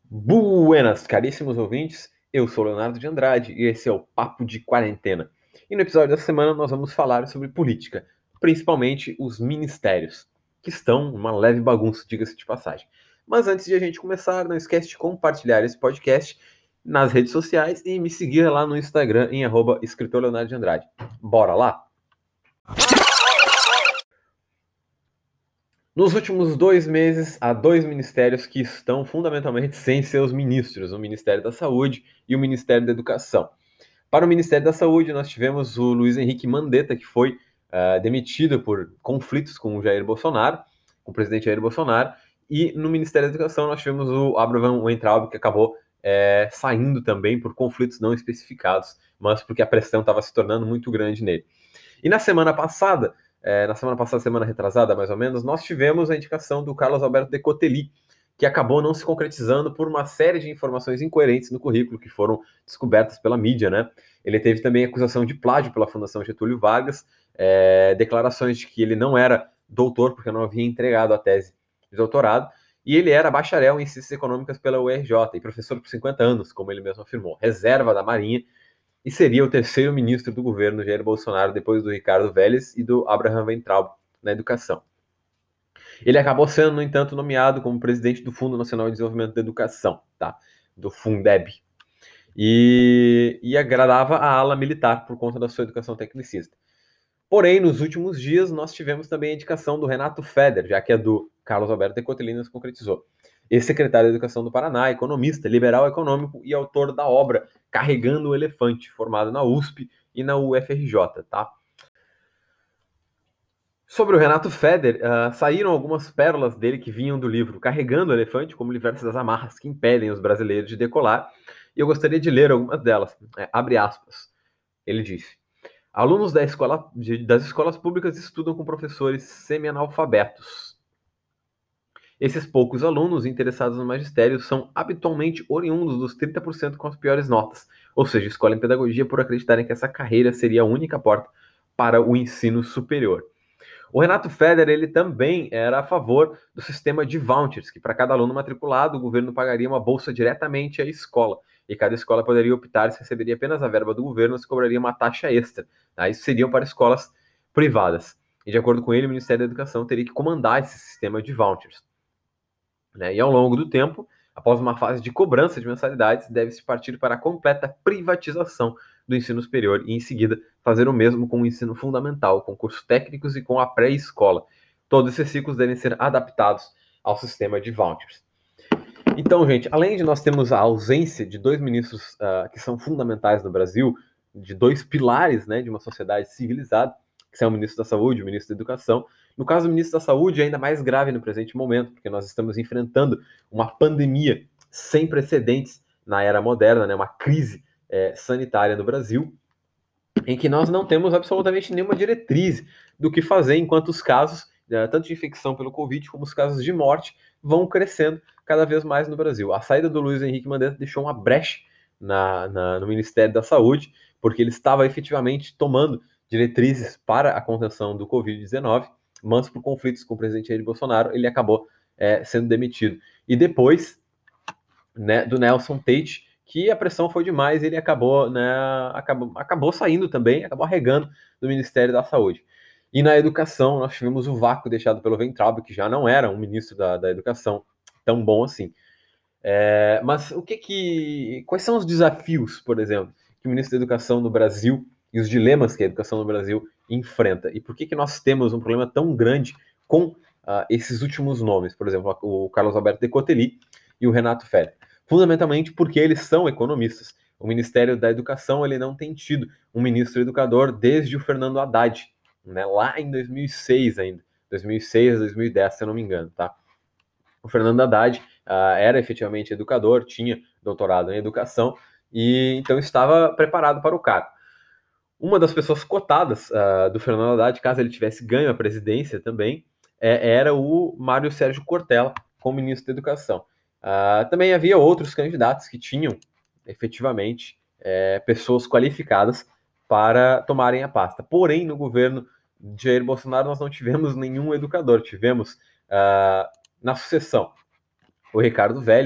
Buenas, caríssimos ouvintes, eu sou Leonardo de Andrade e esse é o Papo de Quarentena. E no episódio da semana nós vamos falar sobre política, principalmente os ministérios, que estão uma leve bagunça, diga-se de passagem. Mas antes de a gente começar, não esquece de compartilhar esse podcast nas redes sociais e me seguir lá no Instagram em @escritor Leonardo de Andrade. Bora lá? Nos últimos 2 meses, há dois ministérios que estão fundamentalmente sem seus ministros, o Ministério da Saúde e o Ministério da Educação. Para o Ministério da Saúde, nós tivemos o Luiz Henrique Mandetta, que foi demitido por conflitos com o Jair Bolsonaro, com o presidente Jair Bolsonaro, e no Ministério da Educação nós tivemos o Abraham Weintraub, que acabou saindo também por conflitos não especificados, mas porque a pressão estava se tornando muito grande nele. E na semana passada, semana retrasada mais ou menos, nós tivemos a indicação do Carlos Alberto Decotelli, que acabou não se concretizando por uma série de informações incoerentes no currículo que foram descobertas pela mídia, né? Ele teve também acusação de plágio pela Fundação Getúlio Vargas, declarações de que ele não era doutor porque não havia entregado a tese de doutorado, e ele era bacharel em Ciências Econômicas pela URJ e professor por 50 anos, como ele mesmo afirmou, reserva da Marinha, e seria o terceiro ministro do governo Jair Bolsonaro, depois do Ricardo Vélez e do Abraham Weintraub, na educação. Ele acabou sendo, no entanto, nomeado como presidente do Fundo Nacional de Desenvolvimento da Educação, tá? Do Fundeb. E agradava a ala militar por conta da sua educação tecnicista. Porém, nos últimos dias, nós tivemos também a indicação do Renato Feder, já que a do Carlos Alberto Decotelli se concretizou. Ex-secretário de Educação do Paraná, economista, liberal econômico e autor da obra Carregando o Elefante, formado na USP e na UFRJ, tá? Sobre o Renato Feder, saíram algumas pérolas dele que vinham do livro Carregando o Elefante, como livrar-se das amarras que impedem os brasileiros de decolar, e eu gostaria de ler algumas delas. Abre aspas. Ele disse: alunos das escolas públicas estudam com professores semi-analfabetos. Esses poucos alunos interessados no magistério são habitualmente oriundos dos 30% com as piores notas, ou seja, escolhem pedagogia por acreditarem que essa carreira seria a única porta para o ensino superior. O Renato Feder, ele também era a favor do sistema de vouchers, que para cada aluno matriculado, o governo pagaria uma bolsa diretamente à escola, e cada escola poderia optar se receberia apenas a verba do governo ou se cobraria uma taxa extra. Tá? Isso seriam para escolas privadas. E de acordo com ele, o Ministério da Educação teria que comandar esse sistema de vouchers. Né? E ao longo do tempo, após uma fase de cobrança de mensalidades, deve-se partir para a completa privatização do ensino superior e, em seguida, fazer o mesmo com o ensino fundamental, com cursos técnicos e com a pré-escola. Todos esses ciclos devem ser adaptados ao sistema de vouchers. Então, gente, além de nós termos a ausência de dois ministros que são fundamentais no Brasil, de dois pilares, né, de uma sociedade civilizada, que são o ministro da Saúde e o ministro da Educação. No caso do ministro da Saúde, é ainda mais grave no presente momento, porque nós estamos enfrentando uma pandemia sem precedentes na era moderna, né, uma crise sanitária no Brasil, em que nós não temos absolutamente nenhuma diretriz do que fazer enquanto os casos, tanto de infecção pelo Covid como os casos de morte, vão crescendo cada vez mais no Brasil. A saída do Luiz Henrique Mandetta deixou uma brecha no Ministério da Saúde, porque ele estava efetivamente tomando diretrizes para a contenção do Covid-19, mas por conflitos com o presidente Jair Bolsonaro, ele acabou sendo demitido. E depois, né, do Nelson Tate, que a pressão foi demais, ele acabou saindo também, acabou arregando do Ministério da Saúde. E na educação, nós tivemos o vácuo deixado pelo Weintraub, que já não era um ministro da educação tão bom assim. Mas quais são os desafios, por exemplo, que o ministro da Educação no Brasil e os dilemas que a educação no Brasil enfrenta? E por que nós temos um problema tão grande com esses últimos nomes? Por exemplo, o Carlos Alberto Decotelli e o Renato Feder. Fundamentalmente porque eles são economistas. O Ministério da Educação ele não tem tido um ministro educador desde o Fernando Haddad, né, lá em 2006 ainda. 2006 a 2010, se eu não me engano, tá? O Fernando Haddad era efetivamente educador, tinha doutorado em educação e então estava preparado para o cargo. Uma das pessoas cotadas do Fernando Haddad, caso ele tivesse ganho a presidência também, era o Mário Sérgio Cortella, como ministro da Educação. Também havia outros candidatos que tinham efetivamente pessoas qualificadas para tomarem a pasta. Porém, no governo de Jair Bolsonaro, nós não tivemos nenhum educador. Tivemos na sucessão o Ricardo Vélez,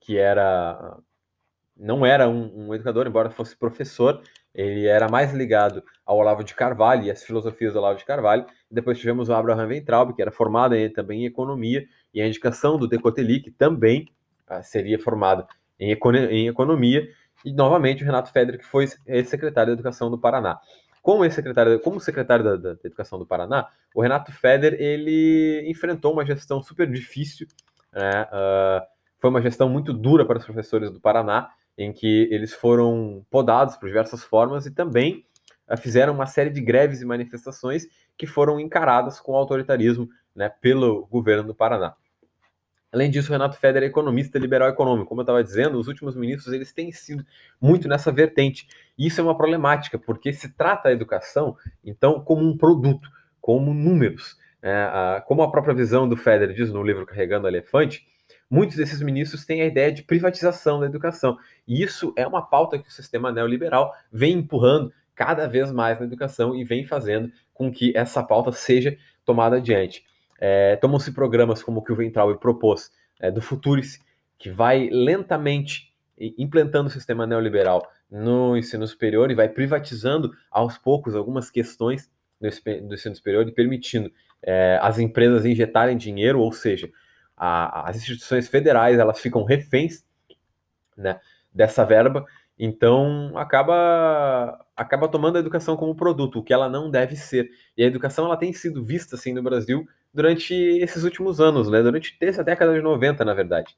que não era um educador, embora fosse professor, ele era mais ligado ao Olavo de Carvalho e às filosofias do Olavo de Carvalho. Depois tivemos o Abraham Weintraub, que era formado também em economia, e a indicação do Decotelli, que também seria formado em economia, e novamente o Renato Feder, que foi ex-secretário da Educação do Paraná. Como secretário da Educação do Paraná, o Renato Feder ele enfrentou uma gestão super difícil, né? Foi uma gestão muito dura para os professores do Paraná, em que eles foram podados por diversas formas e também fizeram uma série de greves e manifestações que foram encaradas com autoritarismo, né, pelo governo do Paraná. Além disso, o Renato Feder é economista liberal econômico. Como eu estava dizendo, os últimos ministros eles têm sido muito nessa vertente. E isso é uma problemática, porque se trata a educação, então, como um produto, como números. Como a própria visão do Feder diz no livro Carregando o Elefante, muitos desses ministros têm a ideia de privatização da educação. E isso é uma pauta que o sistema neoliberal vem empurrando cada vez mais na educação e vem fazendo com que essa pauta seja tomada adiante. Tomam-se programas como o que o Weintraub propôs, do Futurice, que vai lentamente implantando o sistema neoliberal no ensino superior e vai privatizando aos poucos algumas questões do ensino superior e permitindo as empresas injetarem dinheiro, ou seja, as instituições federais elas ficam reféns, né, dessa verba, então acaba tomando a educação como produto, o que ela não deve ser. E a educação ela tem sido vista assim no Brasil durante esses últimos anos, né, durante essa década de 90, na verdade.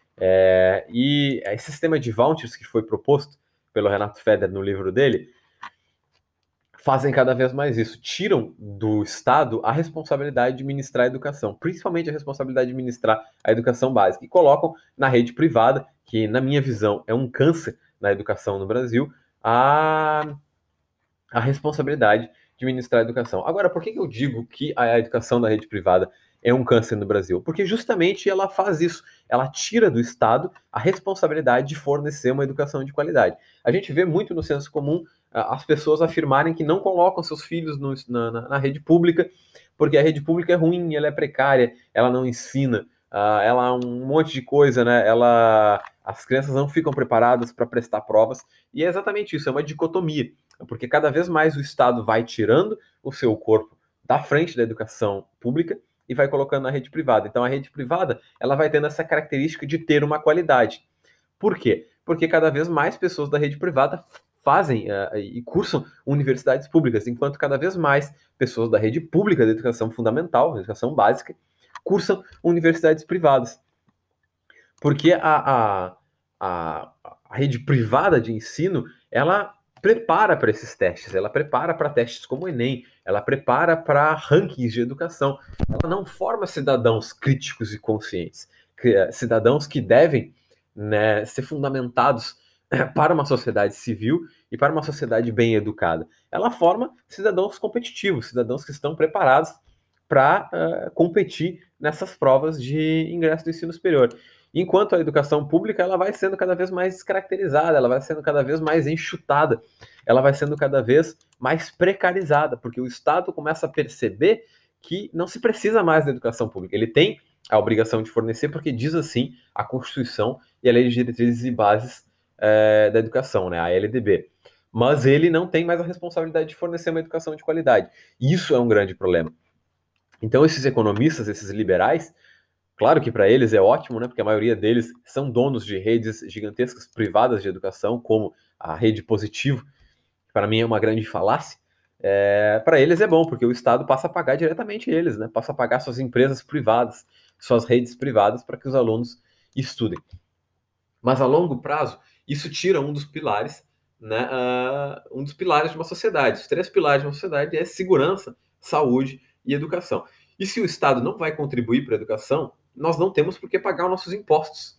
E esse sistema de vouchers que foi proposto pelo Renato Feder no livro dele fazem cada vez mais isso, tiram do Estado a responsabilidade de ministrar a educação, principalmente a responsabilidade de ministrar a educação básica, e colocam na rede privada, que na minha visão é um câncer na educação no Brasil, a responsabilidade de ministrar a educação. Agora, por que eu digo que a educação da rede privada é um câncer no Brasil? Porque justamente ela faz isso, ela tira do Estado a responsabilidade de fornecer uma educação de qualidade. A gente vê muito no senso comum as pessoas afirmarem que não colocam seus filhos na rede pública, porque a rede pública é ruim, ela é precária, ela não ensina, ela é um monte de coisa, né? As crianças não ficam preparadas para prestar provas, e é exatamente isso, é uma dicotomia, porque cada vez mais o Estado vai tirando o seu corpo da frente da educação pública e vai colocando na rede privada. Então a rede privada ela vai tendo essa característica de ter uma qualidade. Por quê? Porque cada vez mais pessoas da rede privada fazem e cursam universidades públicas, enquanto cada vez mais pessoas da rede pública da educação fundamental, da educação básica, cursam universidades privadas. Porque a rede privada de ensino, ela prepara para esses testes, ela prepara para testes como o Enem, ela prepara para rankings de educação, ela não forma cidadãos críticos e conscientes, cidadãos que devem, né, ser fundamentados para uma sociedade civil e para uma sociedade bem educada. Ela forma cidadãos competitivos, cidadãos que estão preparados para competir nessas provas de ingresso do ensino superior. Enquanto a educação pública ela vai sendo cada vez mais descaracterizada, ela vai sendo cada vez mais enxutada, ela vai sendo cada vez mais precarizada, porque o Estado começa a perceber que não se precisa mais da educação pública. Ele tem a obrigação de fornecer, porque diz assim a Constituição e a Lei de Diretrizes e Bases da Educação, né, a LDB. Mas ele não tem mais a responsabilidade de fornecer uma educação de qualidade. Isso é um grande problema. Então, esses economistas, esses liberais, claro que para eles é ótimo, né? Porque a maioria deles são donos de redes gigantescas privadas de educação, como a Rede Positivo, que para mim é uma grande falácia. Para eles é bom, porque o Estado passa a pagar diretamente eles, né? Passa a pagar suas empresas privadas, suas redes privadas para que os alunos estudem. Mas a longo prazo, isso tira um dos pilares, né? Um dos pilares de uma sociedade. Os 3 pilares de uma sociedade é segurança, saúde e educação. E se o Estado não vai contribuir para a educação, nós não temos por que pagar os nossos impostos.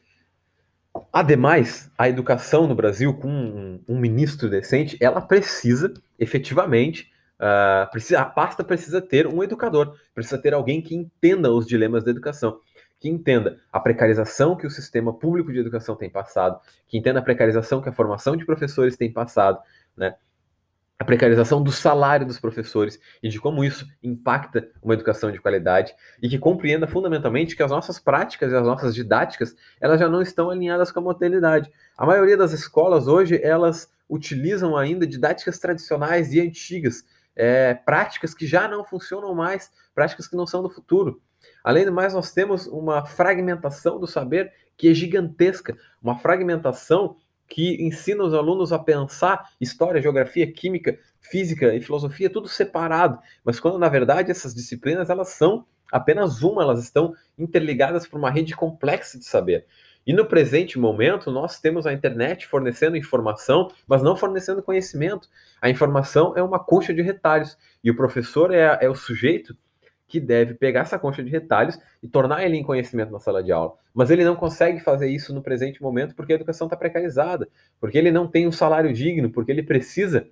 Ademais, a educação no Brasil, com um ministro decente, ela precisa, efetivamente, a pasta precisa ter um educador, precisa ter alguém que entenda os dilemas da educação, que entenda a precarização que o sistema público de educação tem passado, que entenda a precarização que a formação de professores tem passado, né? a precarização do salário dos professores e de como isso impacta uma educação de qualidade e que compreenda fundamentalmente que as nossas práticas e as nossas didáticas, elas já não estão alinhadas com a modernidade. A maioria das escolas hoje, elas utilizam ainda didáticas tradicionais e antigas, práticas que já não funcionam mais, práticas que não são do futuro. Além do mais, nós temos uma fragmentação do saber que é gigantesca, uma fragmentação que ensina os alunos a pensar história, geografia, química, física e filosofia tudo separado, mas quando na verdade essas disciplinas elas são apenas uma, elas estão interligadas por uma rede complexa de saber. E no presente momento nós temos a internet fornecendo informação, mas não fornecendo conhecimento. A informação é uma concha de retalhos e o professor é o sujeito que deve pegar essa concha de retalhos e tornar ele em conhecimento na sala de aula. Mas ele não consegue fazer isso no presente momento porque a educação está precarizada, porque ele não tem um salário digno, porque ele precisa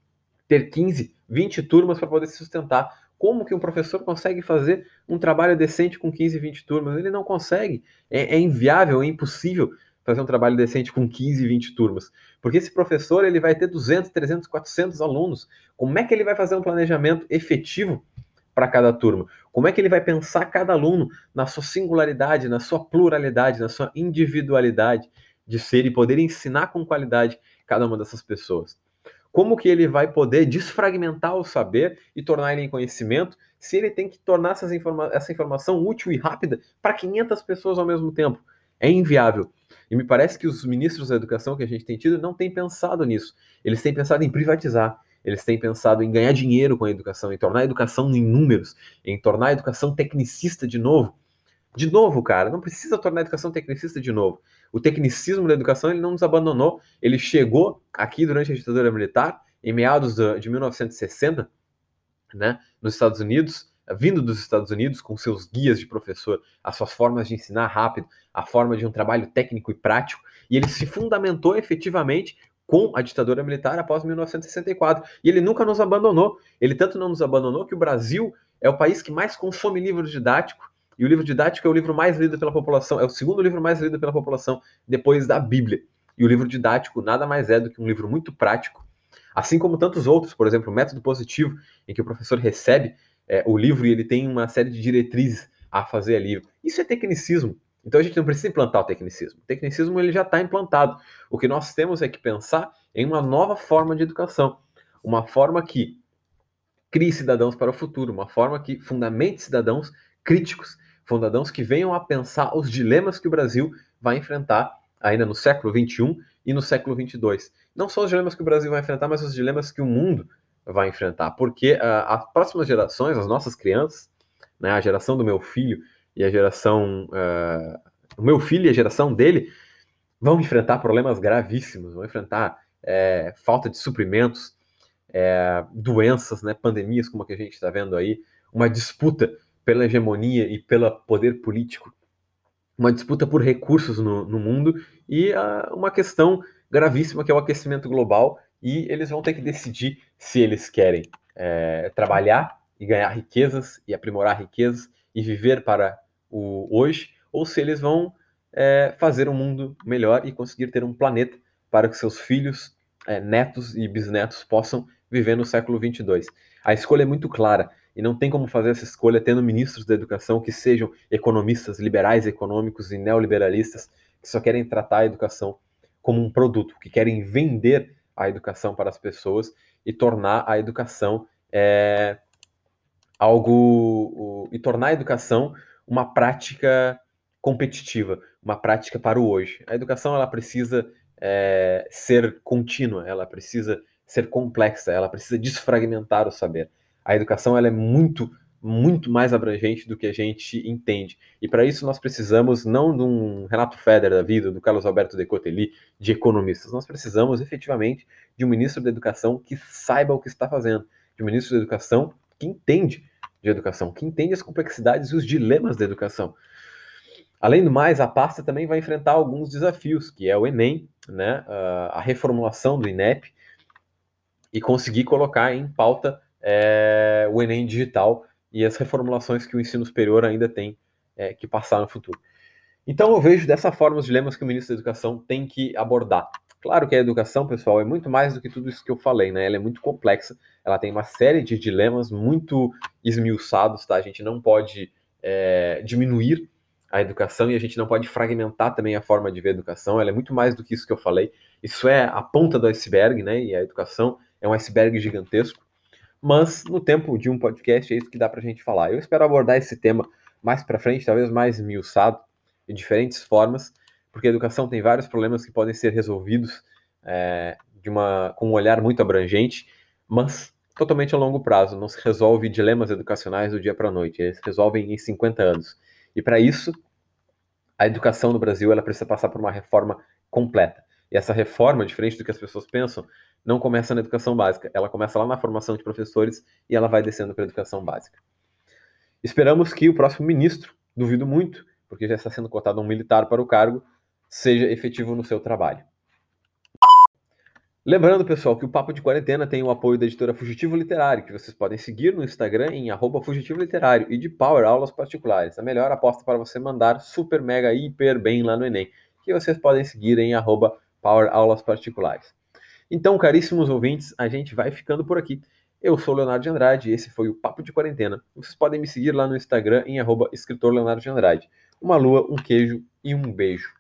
ter 15, 20 turmas para poder se sustentar. Como que um professor consegue fazer um trabalho decente com 15, 20 turmas? Ele não consegue. É inviável, é impossível fazer um trabalho decente com 15, 20 turmas. Porque esse professor ele vai ter 200, 300, 400 alunos. Como é que ele vai fazer um planejamento efetivo para cada turma? Como é que ele vai pensar cada aluno na sua singularidade, na sua pluralidade, na sua individualidade de ser e poder ensinar com qualidade cada uma dessas pessoas? Como que ele vai poder desfragmentar o saber e tornar ele em conhecimento se ele tem que tornar essa informação útil e rápida para 500 pessoas ao mesmo tempo? É inviável. E me parece que os ministros da educação que a gente tem tido não têm pensado nisso. Eles têm pensado em privatizar. Eles têm pensado em ganhar dinheiro com a educação, em tornar a educação em números, em tornar a educação tecnicista de novo. De novo, cara, não precisa tornar a educação tecnicista de novo. O tecnicismo da educação ele não nos abandonou. Ele chegou aqui durante a ditadura militar, em meados de 1960, né, nos Estados Unidos, vindo dos Estados Unidos com seus guias de professor, as suas formas de ensinar rápido, a forma de um trabalho técnico e prático, e ele se fundamentou efetivamente com a ditadura militar após 1964. E ele nunca nos abandonou. Ele tanto não nos abandonou que o Brasil é o país que mais consome livro didático, e o livro didático é o livro mais lido pela população, é o segundo livro mais lido pela população, depois da Bíblia. E o livro didático nada mais é do que um livro muito prático, assim como tantos outros, por exemplo, o método positivo, em que o professor recebe o livro e ele tem uma série de diretrizes a fazer ali. Isso é tecnicismo. Então a gente não precisa implantar o tecnicismo. O tecnicismo ele já está implantado. O que nós temos é que pensar em uma nova forma de educação, uma forma que crie cidadãos para o futuro, uma forma que fundamente cidadãos críticos, cidadãos que venham a pensar os dilemas que o Brasil vai enfrentar ainda no século XXI e no século XXII. Não só os dilemas que o Brasil vai enfrentar, mas os dilemas que o mundo vai enfrentar, porque as próximas gerações, as nossas crianças, né, a geração do meu filho e a geração o meu filho e a geração dele vão enfrentar problemas gravíssimos, vão enfrentar falta de suprimentos, doenças, né, pandemias como a que a gente está vendo aí, uma disputa pela hegemonia e pelo poder político, uma disputa por recursos no mundo e uma questão gravíssima que é o aquecimento global, e eles vão ter que decidir se eles querem trabalhar e ganhar riquezas e aprimorar riquezas e viver para o hoje, ou se eles vão fazer um mundo melhor e conseguir ter um planeta para que seus filhos, netos e bisnetos possam viver no século 22. A escolha é muito clara e não tem como fazer essa escolha tendo ministros da educação que sejam economistas, liberais econômicos e neoliberalistas que só querem tratar a educação como um produto, que querem vender a educação para as pessoas e tornar a educação e tornar a educação uma prática competitiva, uma prática para o hoje. A educação ela precisa ser contínua, ela precisa ser complexa, ela precisa desfragmentar o saber. A educação ela é muito, muito mais abrangente do que a gente entende. E para isso nós precisamos não de um Renato Feder da vida, do Carlos Alberto Decotelli, de economistas. Nós precisamos efetivamente de um ministro da educação que saiba o que está fazendo, de um ministro da educação que entende de educação, que entende as complexidades e os dilemas da educação. Além do mais, a pasta também vai enfrentar alguns desafios, que é o Enem, né, a reformulação do INEP e conseguir colocar em pauta o Enem digital e as reformulações que o ensino superior ainda tem que passar no futuro. Então eu vejo dessa forma os dilemas que o ministro da Educação tem que abordar. Claro que a educação, pessoal, é muito mais do que tudo isso que eu falei, né? Ela é muito complexa, ela tem uma série de dilemas muito esmiuçados, tá? A gente não pode diminuir a educação e a gente não pode fragmentar também a forma de ver a educação. Ela é muito mais do que isso que eu falei. Isso é a ponta do iceberg, né? E a educação é um iceberg gigantesco. Mas no tempo de um podcast é isso que dá pra gente falar. Eu espero abordar esse tema mais pra frente, talvez mais esmiuçado, de diferentes formas, porque a educação tem vários problemas que podem ser resolvidos com um olhar muito abrangente, mas totalmente a longo prazo. Não se resolve dilemas educacionais do dia para a noite, eles se resolvem em 50 anos. E para isso, a educação no Brasil ela precisa passar por uma reforma completa. E essa reforma, diferente do que as pessoas pensam, não começa na educação básica, ela começa lá na formação de professores e ela vai descendo para a educação básica. Esperamos que o próximo ministro, duvido muito, porque já está sendo cotado um militar para o cargo, seja efetivo no seu trabalho. Lembrando, pessoal, que o Papo de Quarentena tem o apoio da editora Fugitivo Literário, que vocês podem seguir no Instagram em @Fugitivo Literário, e de Power Aulas Particulares, a melhor aposta para você mandar super, mega, hiper bem lá no Enem, que vocês podem seguir em @Power Aulas Particulares. Então, caríssimos ouvintes, a gente vai ficando por aqui. Eu sou o Leonardo de Andrade e esse foi o Papo de Quarentena. Vocês podem me seguir lá no Instagram em @escritor Leonardo de Andrade. Uma lua, um queijo e um beijo.